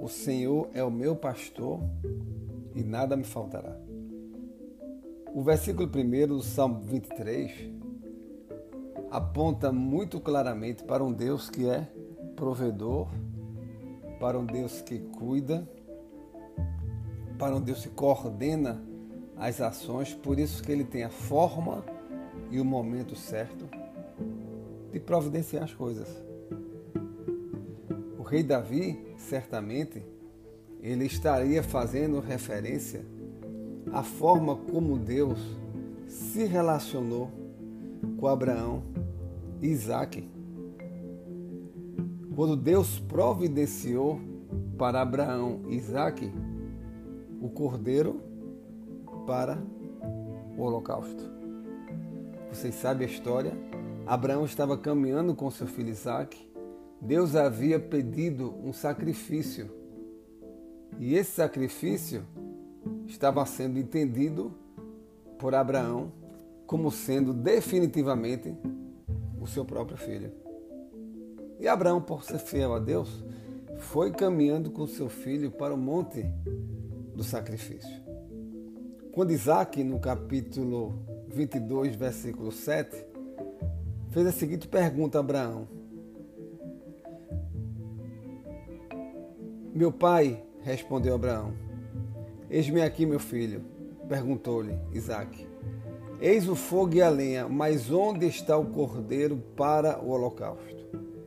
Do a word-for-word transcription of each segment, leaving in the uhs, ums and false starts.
o Senhor é o meu pastor e nada me faltará. O versículo primeiro do Salmo vinte e três aponta muito claramente para um Deus que é provedor, para um Deus que cuida, para um Deus que coordena as ações, por isso que ele tem a forma e o momento certo de providenciar as coisas. O rei Davi, certamente, ele estaria fazendo referência à forma como Deus se relacionou com Abraão e Isaque. Quando Deus providenciou para Abraão e Isaque o cordeiro para o holocausto. Vocês sabem a história? Abraão estava caminhando com seu filho Isaque. Deus havia pedido um sacrifício. E esse sacrifício estava sendo entendido por Abraão como sendo definitivamente o seu próprio filho. E Abraão, por ser fiel a Deus, foi caminhando com seu filho para o monte do sacrifício. Quando Isaque, no capítulo vinte e dois, versículo sete, fez a seguinte pergunta a Abraão: Meu pai, respondeu Abraão. Eis-me aqui, meu filho, perguntou-lhe Isaque. Eis o fogo e a lenha, mas onde está o cordeiro para o holocausto?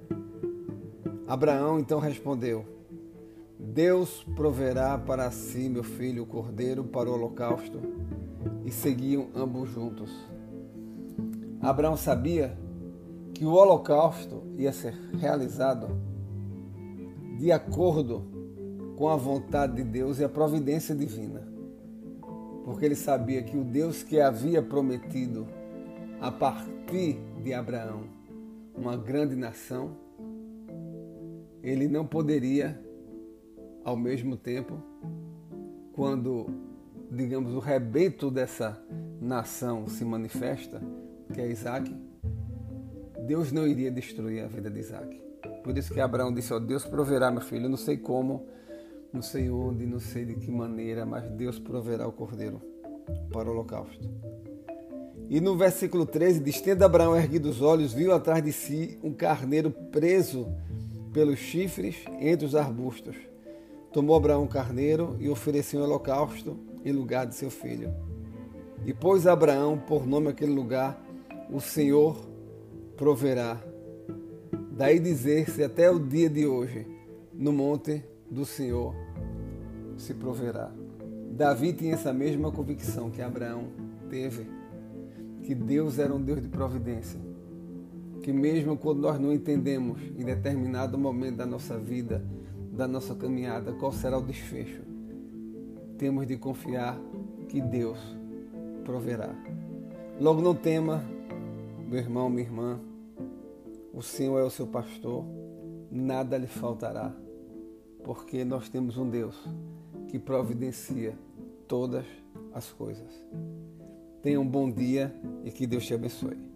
Abraão então respondeu: Deus proverá para si, meu filho, o cordeiro para o holocausto. E seguiam ambos juntos. Abraão sabia que o holocausto ia ser realizado de acordo com a vontade de Deus e a providência divina. Porque ele sabia que o Deus que havia prometido a partir de Abraão uma grande nação, ele não poderia, ao mesmo tempo, quando, digamos, o rebento dessa nação se manifesta, que é Isaque, Deus não iria destruir a vida de Isaque. Por isso que Abraão disse: ó, Deus proverá, meu filho, eu não sei como, não sei onde, não sei de que maneira, mas Deus proverá o cordeiro para o holocausto. E no versículo treze diz: tendo Abraão erguido os olhos, viu atrás de si um carneiro preso pelos chifres entre os arbustos. Tomou Abraão o carneiro e ofereceu um holocausto em lugar de seu filho. E pôs Abraão por nome aquele lugar: o Senhor proverá. Daí dizer-se até o dia de hoje: no monte do Senhor se proverá. Davi tinha essa mesma convicção que Abraão teve, que Deus era um Deus de providência, que mesmo quando nós não entendemos em determinado momento da nossa vida, da nossa caminhada, qual será o desfecho, temos de confiar que Deus proverá. Logo, não tema, meu irmão, minha irmã, o Senhor é o seu pastor, nada lhe faltará, porque nós temos um Deus que providencia todas as coisas. Tenha um bom dia e que Deus te abençoe.